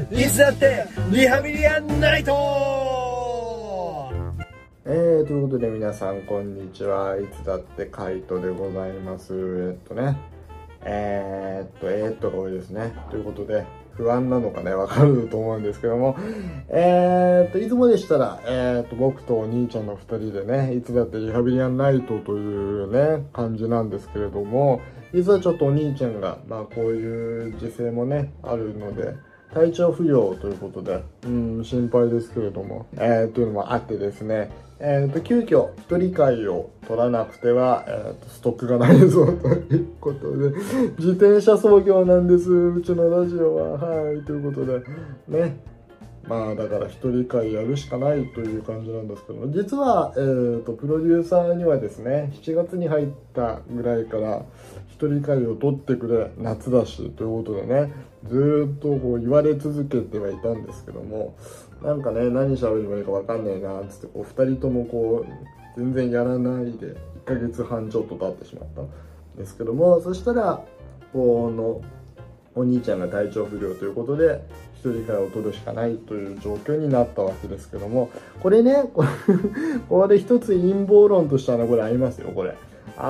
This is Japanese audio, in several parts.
いつだってリハビリアンナイト。 ということで皆さんこんにちは。いつだってカイトでございます。が多いですね。ということで不安なのかね、わかると思うんですけども、いつもでしたら、僕とお兄ちゃんの2人でね、いつだってリハビリアンナイトというね、感じなんですけれども、実はちょっとお兄ちゃんが、こういう時勢もね、あるので、体調不良ということで、心配ですけれども、というのもあってですね、急遽一人会を取らなくては、ストックがないぞということで、自転車操業なんです、うちのラジオは。はい、ということで、ね。だから一人会やるしかないという感じなんですけども、実は、プロデューサーにはですね、7月に入ったぐらいから一人会を取ってくれ、夏だしということでね、ずーっとこう言われ続けてはいたんですけども、なんかね、何喋ればいいか分かんないなっつってこう2人ともこう全然やらないで1ヶ月半ちょっと経ってしまったんですけども、そしたらお兄ちゃんが体調不良ということで一人会を取るしかないという状況になったわけですけども、これねこれ一つ陰謀論としてはこれありますよ。これ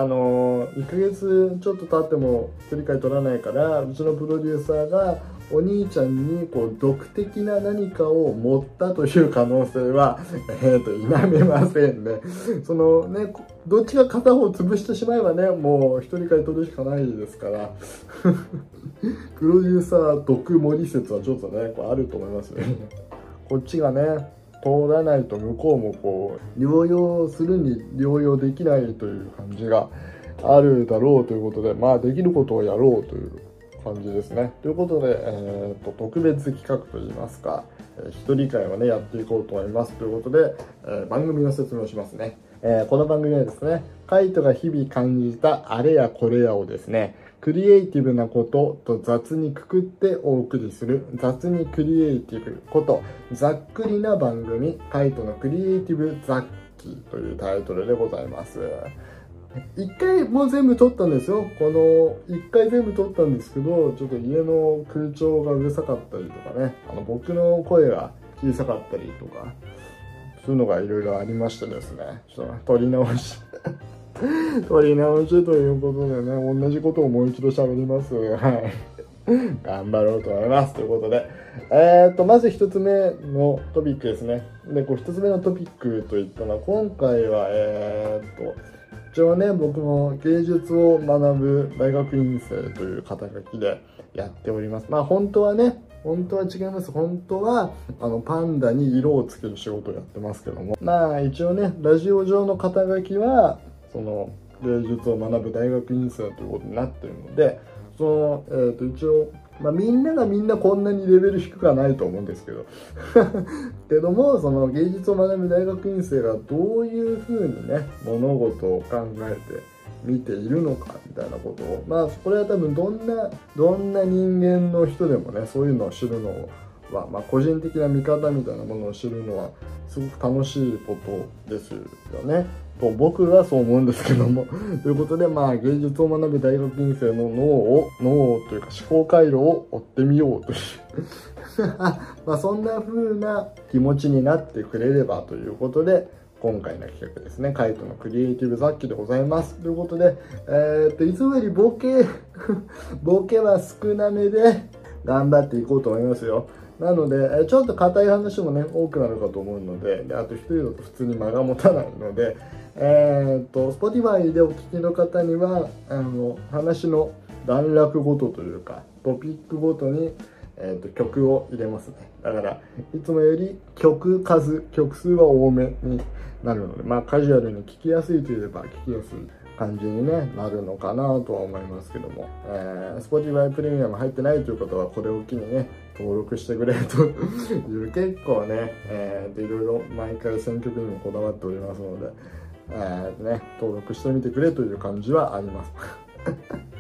1ヶ月ちょっと経っても一人会取らないから、うちのプロデューサーがお兄ちゃんにこう毒的な何かを持ったという可能性は否めませんね。そのね、どっちが片方潰してしまえばね、もう一人会取るしかないですからプロデューサー毒盛り説はちょっとね、こうあると思いますねこっちがね通らないと向こうもこう療養するに療養できないという感じがあるだろうということで、できることをやろうという感じですね。ということで、特別企画といいますか、一人会をねやっていこうと思いますということで、番組の説明をしますね。この番組はですね、カイトが日々感じたあれやこれやをですね、クリエイティブなことと雑にくくってお送りする雑にクリエイティブことざっくりな番組、カイトのクリエイティブ雑記というタイトルでございます。一回もう全部撮ったんですよ。一回全部撮ったんですけど、ちょっと家の空調がうるさかったりとかね、僕の声が小さかったりとか、そういうのがいろいろありましてですね、ちょっと撮り直しということでね、同じことをもう一度喋ります。はい。頑張ろうと思います。ということで、まず一つ目のトピックですね。で、こう一つ目のトピックといったのは、今回は、一応ね、僕も芸術を学ぶ大学院生という肩書きでやっております。本当は違います。本当はパンダに色をつける仕事をやってますけども、一応ね、ラジオ上の肩書きはその芸術を学ぶ大学院生ということになっているので、一応みんながみんなこんなにレベル低くはないと思うんですけどけども、その芸術を学ぶ大学院生がどういうふうにね物事を考えて見ているのかみたいなことを、これは多分どんな人間の人でもね、そういうのを知るのは、個人的な見方みたいなものを知るのはすごく楽しいことですよねと僕はそう思うんですけどもということで、芸術を学ぶ大学院生の脳というか思考回路を追ってみようというそんな風な気持ちになってくれればということで、今回の企画ですね、カイトのクリエイティブ雑記でございますということで、いつもよりボケは少なめで頑張っていこうと思いますよ。なので、ちょっと硬い話もね多くなるかと思うので、あと一人だと普通に間が持たないので、Spotify でお聞きの方には話の段落ごとというかトピックごとに、曲を入れますね。だからいつもより曲数は多めになるので、カジュアルに聴きやすいといえば聴きやすい感じに、なるのかなとは思いますけども、Spotify プレミアム入ってないという方はこれを機にね登録してくれという結構ね、いろいろ毎回選曲にもこだわっておりますので、登録してみてくれという感じはあります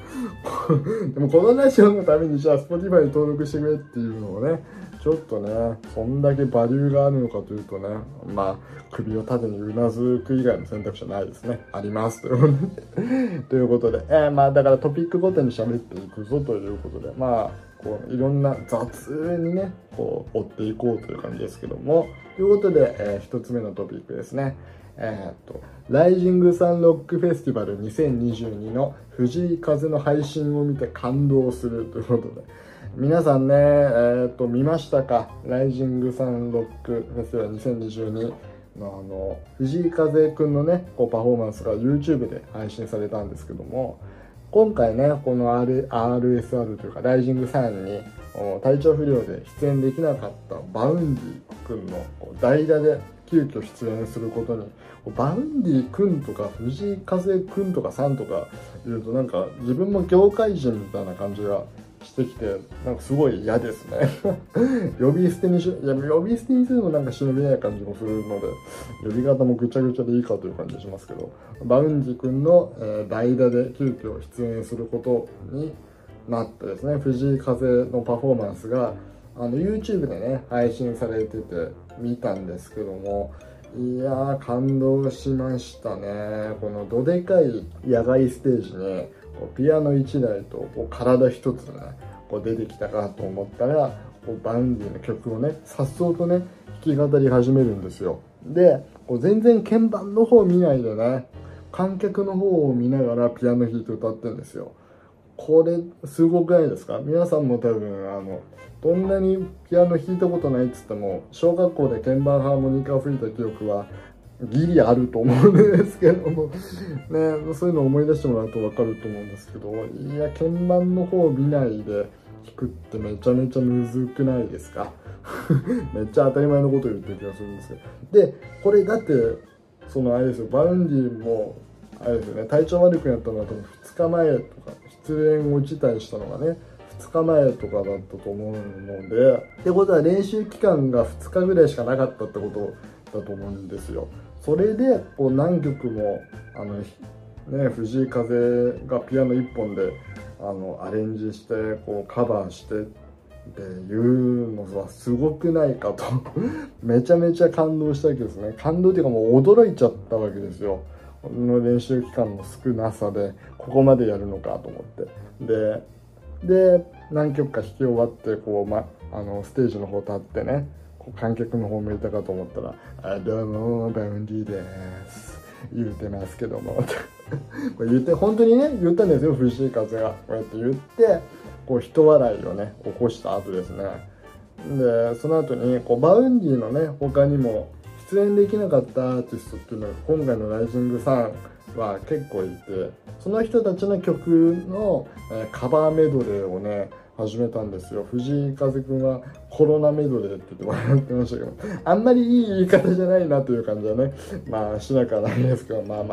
でもこのラジオのためにじゃあ Spotify に登録してくれっていうのをね、ちょっとね、そんだけバリューがあるのかというとね、まあ首を縦にうなずく以外の選択肢はないですね。ありますということで、まあだからトピックごとに喋っていくぞということで、まあこういろんな雑にねこう追っていこうという感じですけども、ということで、1つ目のトピックですね。ライジングサンロックフェスティバル2022の藤井風の配信を見て感動するということで、皆さんね、見ましたか？ライジングサンロックフェスティバル2022の藤井風くんのねこうパフォーマンスが YouTube で配信されたんですけども、今回ねこの、RSR というかライジングさんに体調不良で出演できなかったバウンディ君の代打で急遽出演することに、バウンディ君とか藤井風君とかさんとか言うとなんか自分も業界人みたいな感じがしてきて、なんかすごい嫌ですね呼び捨てにするのもなんか忍びない感じもするので、呼び方もぐちゃぐちゃでいいかという感じしますけど、バウンディ君の、代打で急遽出演することになってですね、藤井風のパフォーマンスがYouTube でね配信されてて見たんですけども、いやー感動しましたね。このどでかい野外ステージにピアノ1台と体一つね出てきたかと思ったら、バウンディの曲をねさっそうとね弾き語り始めるんですよ。で全然鍵盤の方見ないでね、観客の方を見ながらピアノ弾いて歌ってるんですよ。これすごくないですか？皆さんも多分どんなにピアノ弾いたことないっつっても小学校で鍵盤ハーモニカを吹いた記憶はギリあると思うんですけどもね、そういうのを思い出してもらうと分かると思うんですけど、いや鍵盤の方を見ないで弾くってめちゃめちゃむずくないですか？めっちゃ当たり前のことを言ってる気がするんですけど、でこれだってあれですよ、バウンディもあれですよね、体調悪くなったのは多分2日前とか、出演を辞退したのがね2日前とかだったと思うので、ってことは練習期間が2日ぐらいしかなかったってことだと思うんですよ。それで何曲も藤井風がピアノ1本でアレンジしてカバーしてっていうのはすごくないかとめちゃめちゃ感動したわけですね。感動っていうかもう驚いちゃったわけですよ。の練習期間の少なさでここまでやるのかと思って、で何曲か弾き終わってステージの方立ってね観客の方向いたかと思ったら「どうもバウンディです」言うてますけどもこれ言って本当にね言ったんですよ、藤井風がこうやって言って人笑いをね起こした後ですね。でその後にバウンディのね他にも出演できなかったアーティストっていうのが今回のライジングさんは結構いて、その人たちの曲の、カバーメドレーをね始めたんですよ。藤井風くんはコロナメドレーって言って笑ってましたけど、あんまりいい言い方じゃないなという感じはねしなくはないですけど、ね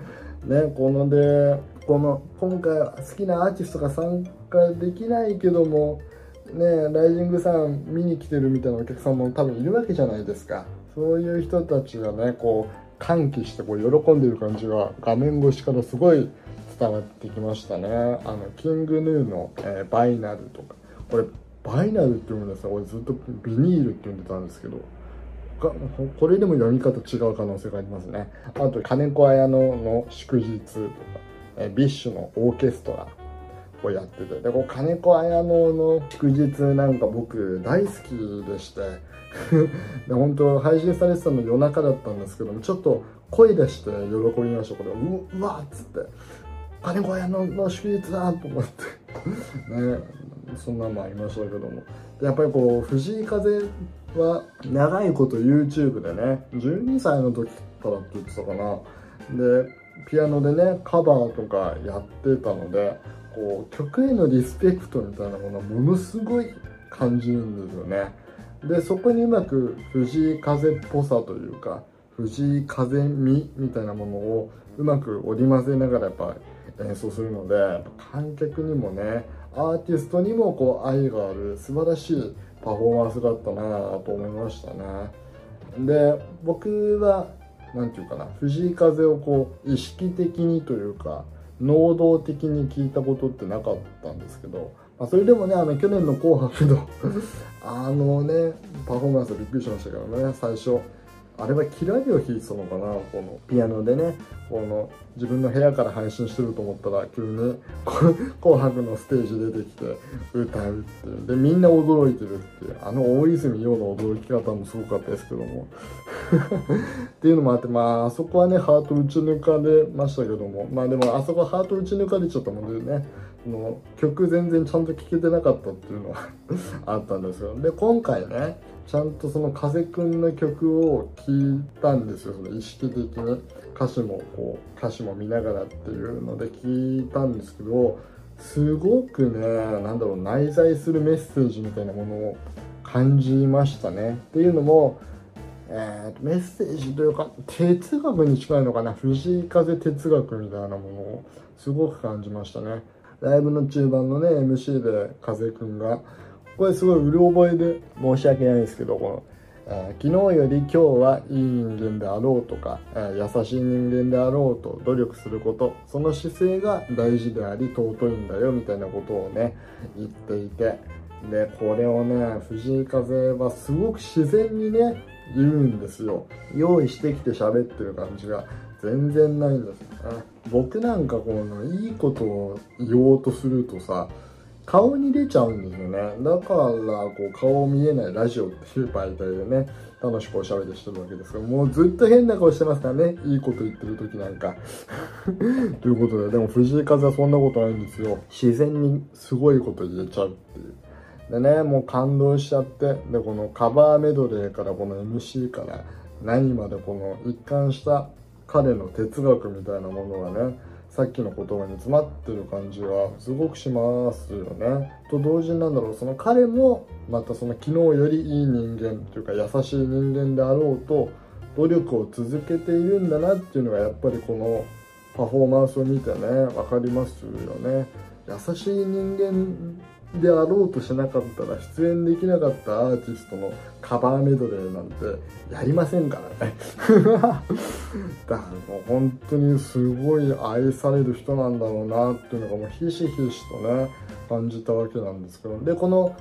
今回は好きなアーティストが参加できないけどもね、ライジングさん見に来てるみたいなお客さんも多分いるわけじゃないですか。そういう人たちがね歓喜して喜んでる感じが画面越しからすごい伝わってきましたね。キングヌーの、バイナルとか、これバイナルって読むんですよ。俺ずっとビニールって読んでたんですけど、これでも読み方違う可能性がありますね。あと金子綾乃の祝日とか、ビッシュのオーケストラをやってて、で金子綾乃の祝日なんか僕大好きでしてで本当配信されてたの夜中だったんですけども、ちょっと声出して喜びました。これうわっつって金子綾乃の祝日だと思ってね、そんなのもありましたけども、やっぱり藤井風は長いこと YouTube でね12歳の時からって言ってたかな、でピアノでねカバーとかやってたので曲へのリスペクトみたいなものはものすごい感じるんですよね。でそこにうまく藤井風っぽさというか藤井風味みたいなものをうまく織り交ぜながらやっぱ演奏するので、観客にもねアーティストにも愛がある素晴らしいパフォーマンスだったなと思いましたね。で僕はなんていうかな、藤井風を意識的にというか能動的に聞いたことってなかったんですけど、それでもね、去年の「紅白」のパフォーマンスびっくりしましたけどね。最初あれはキラリを弾いてたのかな、このピアノでね、この自分の部屋から配信してると思ったら急に「紅白」のステージ出てきて歌うっていう、でみんな驚いてるっていう、大泉洋の驚き方もすごかったですけどもっていうのもあって、あそこはねハート打ち抜かれましたけども、でもあそこはハート打ち抜かれちゃったもんでね、曲全然ちゃんと聴けてなかったっていうのはあったんですよ。で今回ねちゃんとその風くんの曲を聴いたんですよ。その意識的に歌詞も見ながらっていうので聴いたんですけど、すごくね内在するメッセージみたいなものを感じましたね。っていうのもメッセージというか哲学に近いのかな、藤井風哲学みたいなものをすごく感じましたね。ライブの中盤のね MC で風くんが、これすごいうる覚えで申し訳ないですけど、昨日より今日はいい人間であろうとか、優しい人間であろうと努力すること、その姿勢が大事であり尊いんだよみたいなことをね言っていて、でこれをね藤井風はすごく自然にね言うんですよ。用意してきて喋ってる感じが全然ないんですよね。僕なんかいいことを言おうとするとさ、顔に出ちゃうんですよね。だから顔見えないラジオっていう媒体でね楽しくおしゃべりしてるわけですけど、もうずっと変な顔してますからね、いいこと言ってる時なんかということで、でも藤井風はそんなことないんですよ。自然にすごいこと言えちゃうっていう。でね、もう感動しちゃって、でこのカバーメドレーからこの MC から何までこの一貫した彼の哲学みたいなものがね、さっきの言葉に詰まってる感じがすごくしますよね。と同時にその彼もまたその昨日よりいい人間というか優しい人間であろうと努力を続けているんだなっていうのがやっぱりこのパフォーマンスを見てね分かりますよね。優しい人間であろうとしなかったら出演できなかったアーティストのカバーメドレーなんてやりませんからねだからもう本当にすごい愛される人なんだろうなっていうのがもうひしひしとね感じたわけなんですけど、でその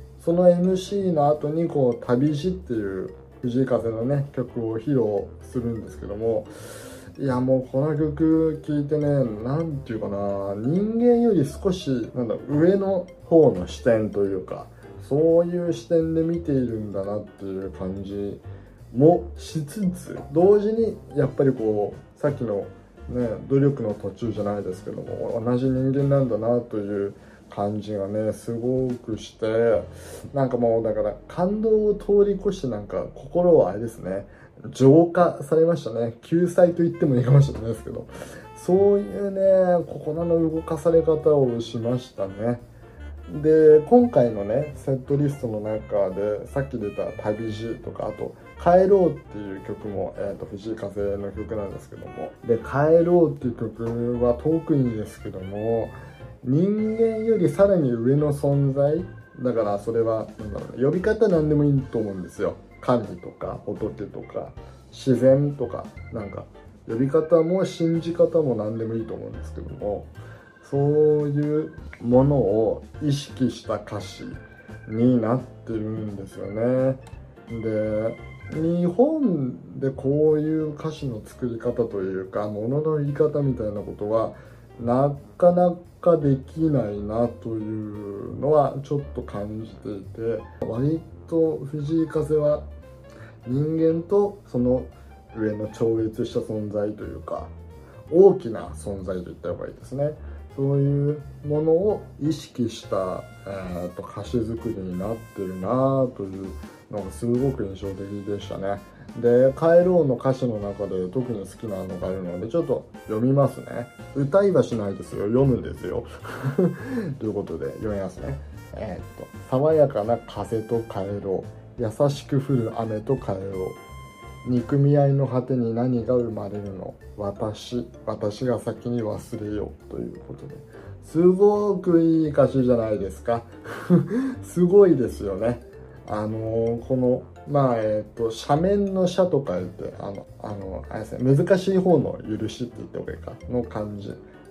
MC の後に旅路っていう藤井風のね曲を披露するんですけども、いやもうこの曲聴いてね、なんていうかな、人間より少し上の方の視点というか、そういう視点で見ているんだなっていう感じもしつつ、同時にやっぱりさっきのね努力の途中じゃないですけども、同じ人間なんだなという感じがねすごくして、もうだから感動を通り越して心をあれですね浄化されましたね。救済と言ってもいいかもしれないですけど、そういうね心の動かされ方をしましたね。で今回のねセットリストの中でさっき出た「旅路」とか、あと「帰ろう」っていう曲も、藤井風の曲なんですけども、で「帰ろう」っていう曲は特にですけども、人間よりさらに上の存在だから、それは呼び方なんでもいいと思うんですよ。神とか仏とか自然とか呼び方も信じ方も何でもいいと思うんですけども、そういうものを意識した歌詞になってるんですよね。で日本でこういう歌詞の作り方というか物の言い方みたいなことはなかなかできないなというのはちょっと感じていて、割と藤井風は人間とその上の超越した存在というか大きな存在と言った方がいいですね。そういうものを意識した、歌詞作りになってるなというのがすごく印象的でしたね。で「帰ろう」の歌詞の中で特に好きなのがあるのでちょっと読みますね。歌いはしないですよ、読むんですよということで読みますね。爽やかな風と帰ろう、優しく降る雨と帰ろう、憎み合いの果てに何が生まれるの、私が先に忘れようということで、すごくいい歌詞じゃないですかすごいですよね。この斜面の斜と書いてあれですね、難しい方の許しって言った方がいいかの漢字、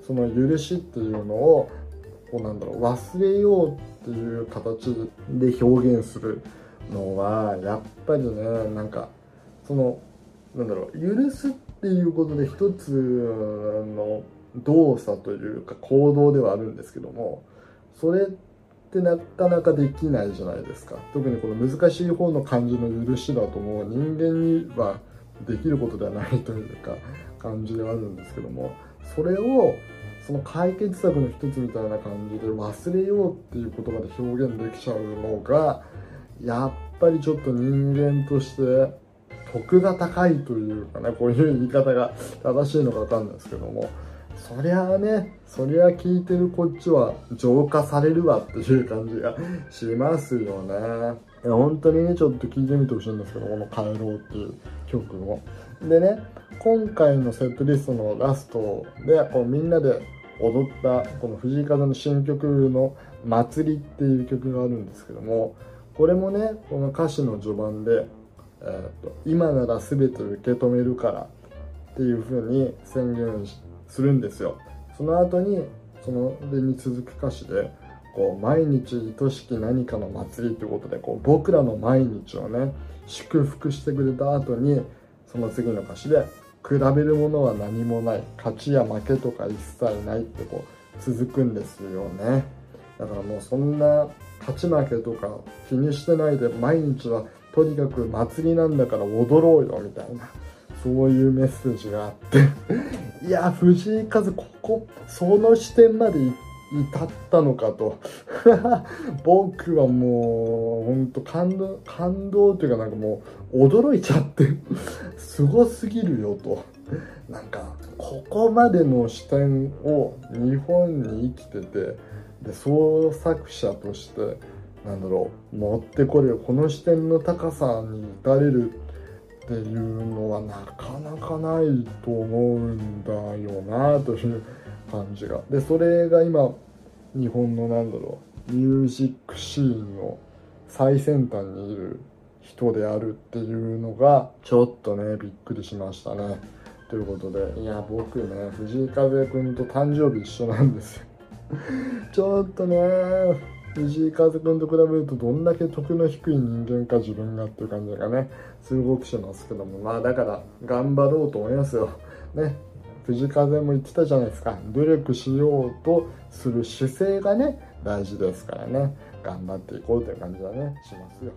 その許しっていうのをこう忘れようっていう形で表現するのはやっぱりね、その許すっていうことで一つの動作というか行動ではあるんですけども、それってなかなかできないじゃないですか。特にこの難しい方の漢字の許しだともう人間にはできることではないというか感じではあるんですけども、それをその解決策の一つみたいな感じで忘れようっていう言葉で表現できちゃうのがやっぱりちょっと人間として徳が高いというかね、こういう言い方が正しいのか分かんないですけども、そりゃ聞いてるこっちは浄化されるわっていう感じがしますよね。本当にね、ちょっと聞いてみてほしいんですけど、この「帰ろう」っていう曲を。でね、今回のセットリストのラストでこうみんなで踊ったこの藤井風の新曲の「祭り」っていう曲があるんですけども、これもね、この歌詞の序盤で今なら全て受け止めるからっていう風に宣言するんですよ。その後にそれに続く歌詞でこう毎日愛しき何かの祭りということでこう僕らの毎日をね祝福してくれた後に、その次の歌詞で比べるものは何もない、勝ちや負けとか一切ないってこう続くんですよね。だからもうそんな勝ち負けとか気にしてないで、毎日はとにかく祭りなんだから踊ろうよみたいな、そういうメッセージがあっていや藤井風その視点まで至ったのかと僕はもう本当感動というかもう驚いちゃってすごすぎるよと、ここまでの視点を日本に生きてて、で創作者として持ってこれるこの視点の高さに至れるっていうのはなかなかないと思うんだよなという感じが。でそれが今日本のミュージックシーンの最先端にいる人であるっていうのがちょっとねびっくりしましたね。ということで、いや僕ね藤井風くんと誕生日一緒なんですよちょっとね藤井風くんと比べるとどんだけ徳の低い人間か自分がっていう感じがねすごくしますけども、だから頑張ろうと思いますよね。藤井風も言ってたじゃないですか、努力しようとする姿勢がね大事ですからね、頑張っていこうという感じはねしますよ。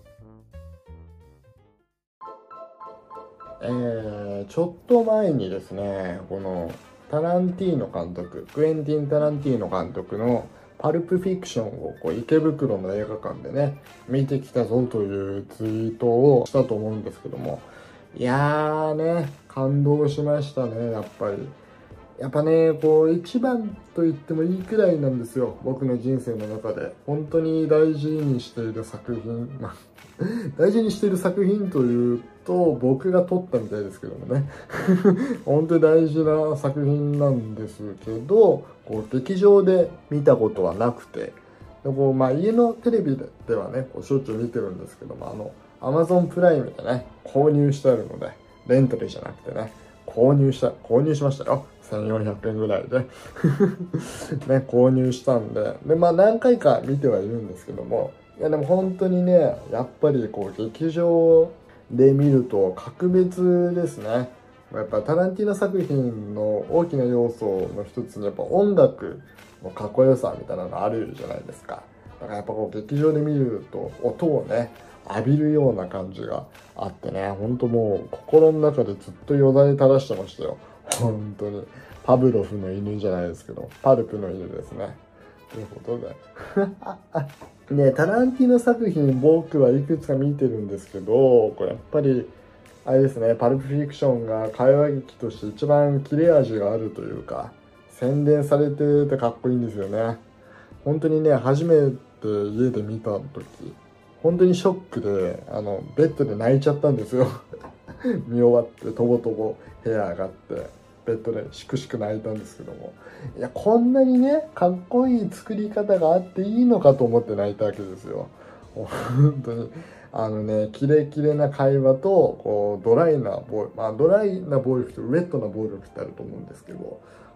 ちょっと前にですね、このタランティーノ監督、クエンティン・タランティーノ監督のパルプフィクションを池袋の映画館でね見てきたぞというツイートをしたと思うんですけども、いやーね感動しましたね。やっぱねこう一番と言ってもいいくらいなんですよ、僕の人生の中で本当に大事にしている作品大事にしている作品というと僕が撮ったみたいですけどもね本当に大事な作品なんですけど、こう劇場で見たことはなくて、でこう、家のテレビではねこうしょっちゅう見てるんですけども、Amazon プライムでね購入してあるので、レンタルじゃなくてね購入しましたよ。1400円ぐらいでね購入したんで、何回か見てはいるんですけども、いやでも本当にねやっぱりこう劇場で見ると格別ですね。やっぱタランティーノ作品の大きな要素の一つにやっぱ音楽のかっこよさみたいなのあるじゃないですか。だからやっぱこう劇場で見ると音をね浴びるような感じがあってね、本当もう心の中でずっとよだれ垂らしてましたよ。本当にパブロフの犬じゃないですけどパルプの犬ですね。ということでね、タランティーノ作品僕はいくつか見てるんですけど、これやっぱりあれですね、パルプフィクションが会話劇として一番切れ味があるというか洗練されててかっこいいんですよね。本当にね初めて家で見た時本当にショックでベッドで泣いちゃったんですよ見終わってとぼとぼ部屋上がってベッドでしくしく泣いたんですけども、いやこんなにねかっこいい作り方があっていいのかと思って泣いたわけですよ。本当にキレキレな会話とこうドライな暴力とウェットな暴力ってあると思うんですけど、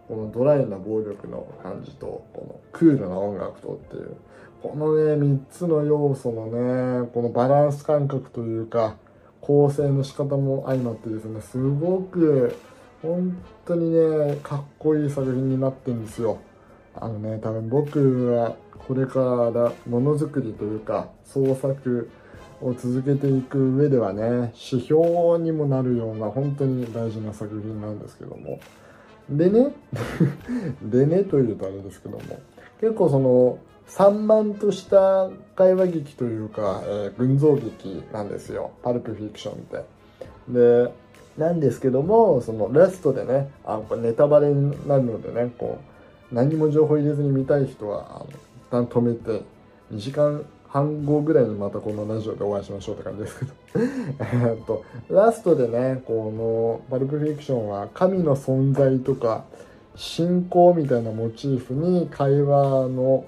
このドライな暴力の感じとこのクールな音楽とっていう、このね3つの要素のねこのバランス感覚というか構成の仕方も相まってですね、すごく本当にねかっこいい作品になってるんですよ。多分僕はこれからものづくりというか創作を続けていく上ではね指標にもなるような本当に大事な作品なんですけども、でねでねというとあれですけども、結構その散漫とした会話劇というか、群像劇なんですよ、パルプフィクションって。でなんですけども、そのラストでね、これネタバレになるのでね、こう何も情報入れずに見たい人は一旦止めて2時間半後ぐらいにまたこのラジオでお会いしましょうって感じですけどラストでね、このパルプフィクションは神の存在とか信仰みたいなモチーフに会話の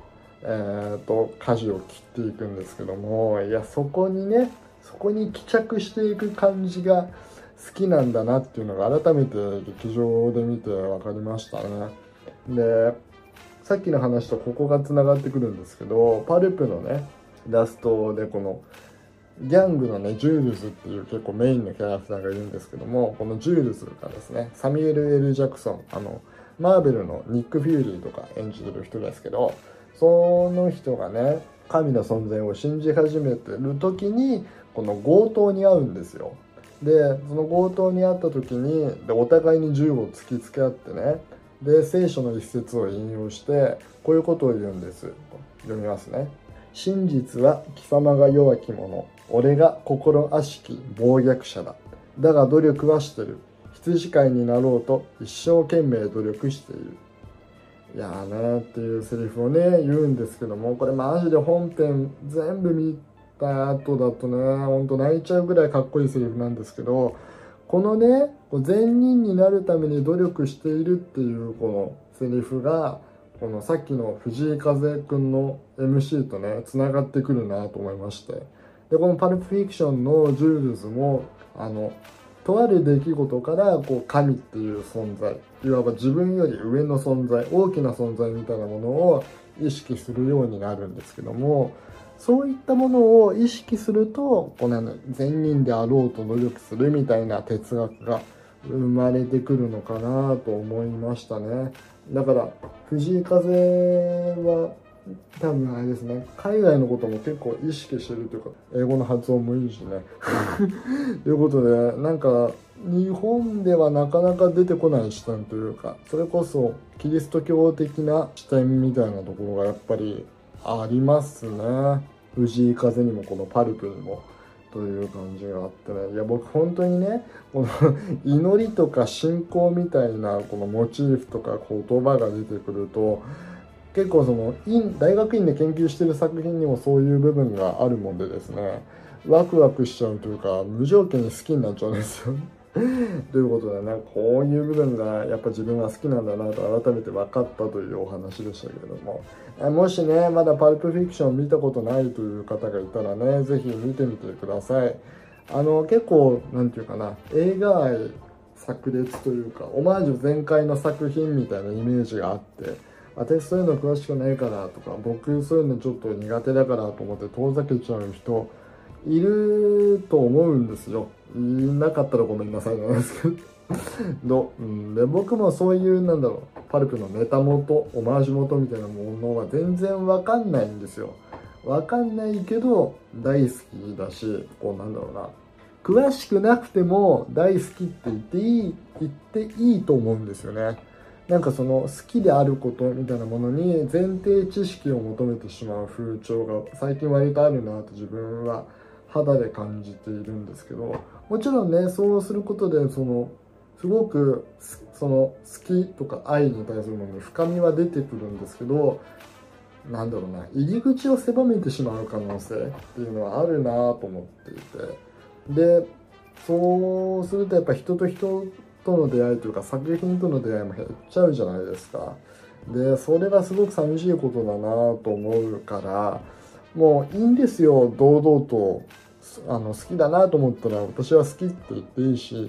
舵を切っていくんですけども、いやそこに帰着していく感じが好きなんだなっていうのが改めて劇場で見て分かりましたね。でさっきの話とここがつながってくるんですけど、パルプのねラストでこのギャングのねジュールズっていう結構メインのキャラクターがいるんですけども、このジュールズがですねサミュエル・ L ・ジャクソン、マーベルのニック・フューリーとか演じてる人ですけど、その人がね神の存在を信じ始めてる時にこの強盗に遭うんですよ。でその強盗に遭った時にお互いに銃を突きつけ合ってね、で聖書の一節を引用してこういうことを言うんです。読みますね。真実は貴様が弱き者、俺が心悪しき暴虐者だ。だが努力はしてる。羊飼いになろうと一生懸命努力している。いやーねっていうセリフをね言うんですけども、これマジで本編全部見た後だとねほんと泣いちゃうぐらいかっこいいセリフなんですけど、このね善人になるために努力しているっていうこのセリフがこのさっきの藤井風くんの MC とねつながってくるなと思いまして、でこのパルプフィクションのジュールズもとある出来事からこう神っていう存在、いわば自分より上の存在、大きな存在みたいなものを意識するようになるんですけども、そういったものを意識するとこの善人であろうと努力するみたいな哲学が生まれてくるのかなと思いましたね。だから藤井風は多分あれですね、海外のことも結構意識してるというか、英語の発音もいいしねということで、なんか日本ではなかなか出てこない視点というか、それこそキリスト教的な視点みたいなところがやっぱりありますね。藤井風にもこのパルプにもという感じがあってね、いや僕本当にねこの祈りとか信仰みたいなこのモチーフとか言葉が出てくると、結構その大学院で研究してる作品にもそういう部分があるもんでですね、ワクワクしちゃうというか無条件に好きになっちゃうんですよということでね、こういう部分がやっぱ自分は好きなんだなと改めて分かったというお話でしたけれども、もしねまだパルプフィクション見たことないという方がいたらね是非見てみてください。結構なんていうかな、映画愛炸裂というかオマージュ全開の作品みたいなイメージがあって、私そういうの詳しくないからとか、僕そういうのちょっと苦手だからと思って遠ざけちゃう人いると思うんですよ。いなかったらごめんなさいなんですけどで僕もそういうなんだろう、パルプのネタ元オマージュ元みたいなものは全然わかんないんですよ。わかんないけど大好きだし、こうなんだろうな、詳しくなくても大好きって言っていいと思うんですよね。なんかその好きであることみたいなものに前提知識を求めてしまう風潮が最近割とあるなと自分は肌で感じているんですけど、もちろんねそうすることですごくその好きとか愛に対するものに深みは出てくるんですけど、なんだろうな、入り口を狭めてしまう可能性っていうのはあるなと思っていて、でそうするとやっぱ人と人との出会いというか作品との出会いも減っちゃうじゃないですか。でそれがすごく寂しいことだなと思うから、もういいんですよ、堂々と好きだなと思ったら私は好きって言っていいし、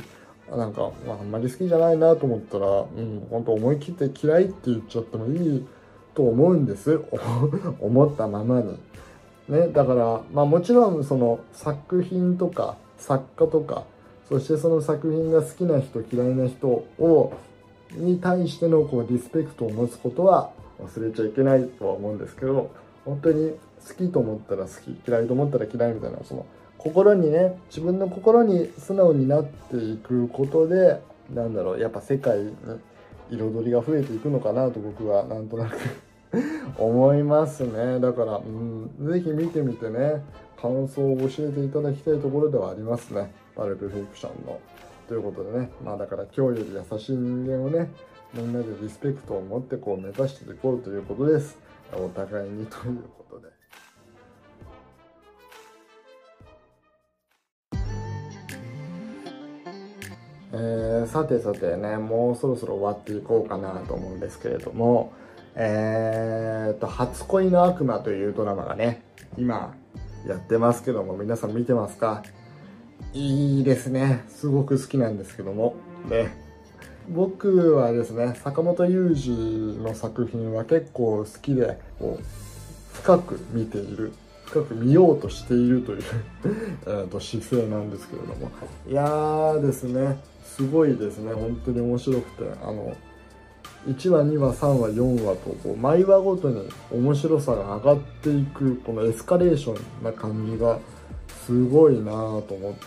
なんか、あんまり好きじゃないなと思ったら、本当思い切って嫌いって言っちゃってもいいと思うんです思ったままにね。だからもちろんその作品とか作家とか、そしてその作品が好きな人嫌いな人に対してのリスペクトを持つことは忘れちゃいけないとは思うんですけど、本当に好きと思ったら好き、嫌いと思ったら嫌いみたいな、その心にね、自分の心に素直になっていくことで、やっぱ世界に彩りが増えていくのかなと僕はなんとなく思いますね。だから、ぜひ見てみてね、感想を教えていただきたいところではありますね。パルプフィクションの。ということでね、だから今日より優しい人間をね、みんなでリスペクトを持って目指していこうということです。お互いにということで。さてさてね、もうそろそろ終わっていこうかなと思うんですけれども、初恋の悪魔というドラマがね、今やってますけども、皆さん見てますか？いいですね。すごく好きなんですけども。ね。僕はですね、坂本雄二の作品は結構好きで、深く見ている。深く見ようとしているという姿勢なんですけれども。いやーですね、すごいですね。本当に面白くて。1話、2話、3話、4話と毎話ごとに面白さが上がっていく、このエスカレーションな感じがすごいなぁと思って。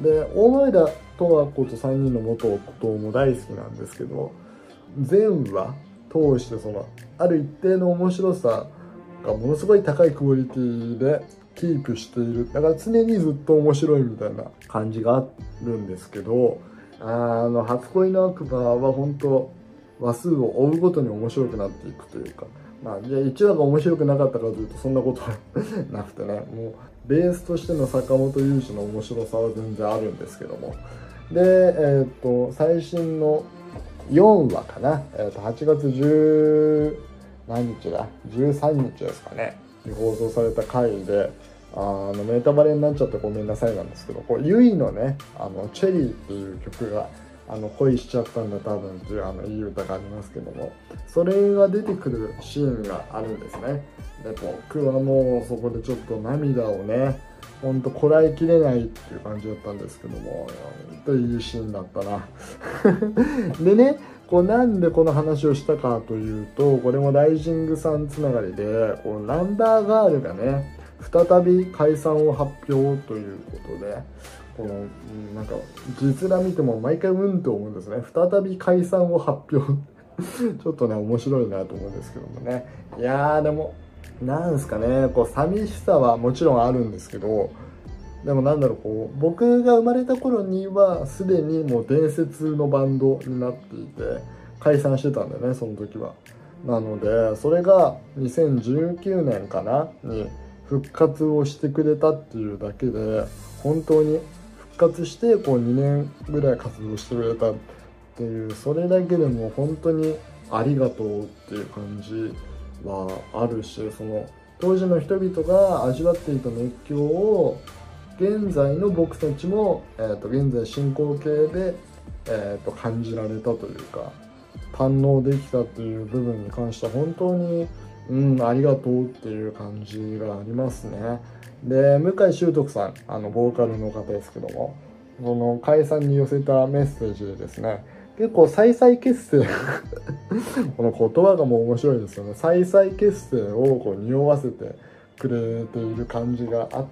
で、大前田十和子と3人の元夫も大好きなんですけど、全話通してある一定の面白さがものすごい高いクオリティでキープしている。だから常にずっと面白いみたいな感じがあるんですけど、初恋の悪魔は本当話数を追うごとに面白くなっていくというか、じゃあ1話が面白くなかったかというとそんなことはなくてね、もうベースとしての坂本雄二の面白さは全然あるんですけども。で、最新の4話かな、8月10何日だ13日ですかねに放送された回で、ネタバレになっちゃってごめんなさいなんですけど、ユイのね、チェリーっていう曲が恋しちゃったんだ多分っていういい歌がありますけども、それが出てくるシーンがあるんですね。で、僕はもうそこでちょっと涙をね、ほんとこらえきれないっていう感じだったんですけども、ほんといいシーンだったなでね、なんでこの話をしたかというと、これもライジングさんつながりで、ナンバーガールがね、再び解散を発表ということで、なんか実ら見ても毎回と思うんですね。再び解散を発表ちょっとね面白いなと思うんですけどもね。いやーでもなんですかね、寂しさはもちろんあるんですけど、でも僕が生まれた頃にはすでにもう伝説のバンドになっていて解散してたんだよね、その時は。なのでそれが2019年かなに復活をしてくれたっていうだけで、本当に復活して2年ぐらい活動してくれたっていう、それだけでも本当にありがとうっていう感じはあるし、当時の人々が味わっていた熱狂を現在の僕たちも、現在進行形で、感じられたというか堪能できたっていう部分に関しては本当にありがとうっていう感じがありますね。で、向井秀徳さん、ボーカルの方ですけども、その解散に寄せたメッセージでですね、結構再々結成この言葉がもう面白いですよね。再々結成を匂わせてくれている感じがあって、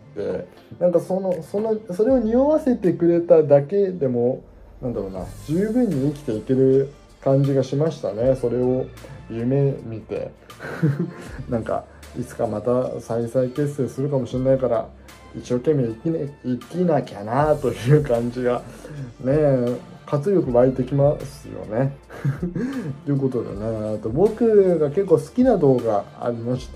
なんかそれを匂わせてくれただけでも十分に生きていける感じがしましたね。それを夢見てなんかいつかまた再々結成するかもしれないから一生懸命生きなきゃなという感じがね、活力湧いてきますよねということでね、あと僕が結構好きな動画ありまして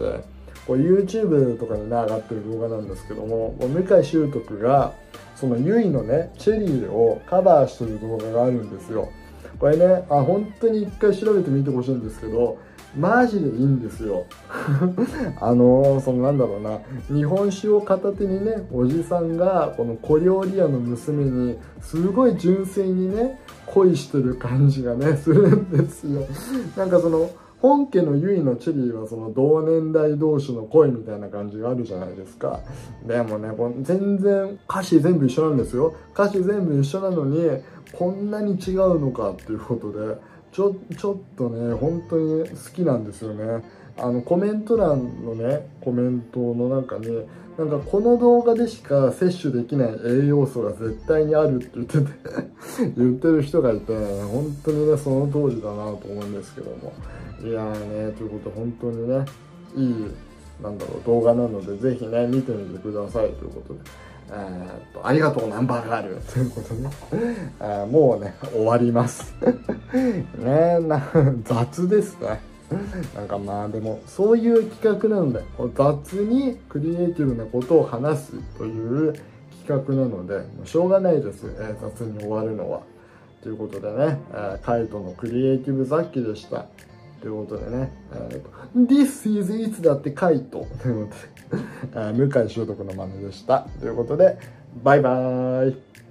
、YouTube とかにね上がってる動画なんですけども、向井秀徳がそのユイのねチェリーをカバーしてる動画があるんですよ。これね、本当に一回調べてみてほしいんですけど、 マジでいいんですよそのなんだろうな、日本酒を片手にね、おじさんがこの小料理屋の娘にすごい純粋にね恋してる感じがねするんですよ。なんかその本家のゆいのチェリーはその同年代同士の恋みたいな感じがあるじゃないですか。でもね、全然歌詞全部一緒なんですよ。歌詞全部一緒なのにこんなに違うのかっていうことで、ちょっとね本当に好きなんですよね。コメント欄のねコメントの中になんかこの動画でしか摂取できない栄養素が絶対にあるって言ってて言ってる人がいて、本当にねその通りだなと思うんですけども、いやーね、ということで本当にねいい動画なのでぜひね見てみてくださいということで、ありがとうナンバーガールということで、もうね終わりますね。雑ですね。なんかまあでもそういう企画なので、雑にクリエイティブなことを話すという企画なのでしょうがないです、雑に終わるのは。ということでね、カイトのクリエイティブ雑記でした。ということでね、This is いつだってカイトということで向井秀徳の真似でした。ということでバイバーイ。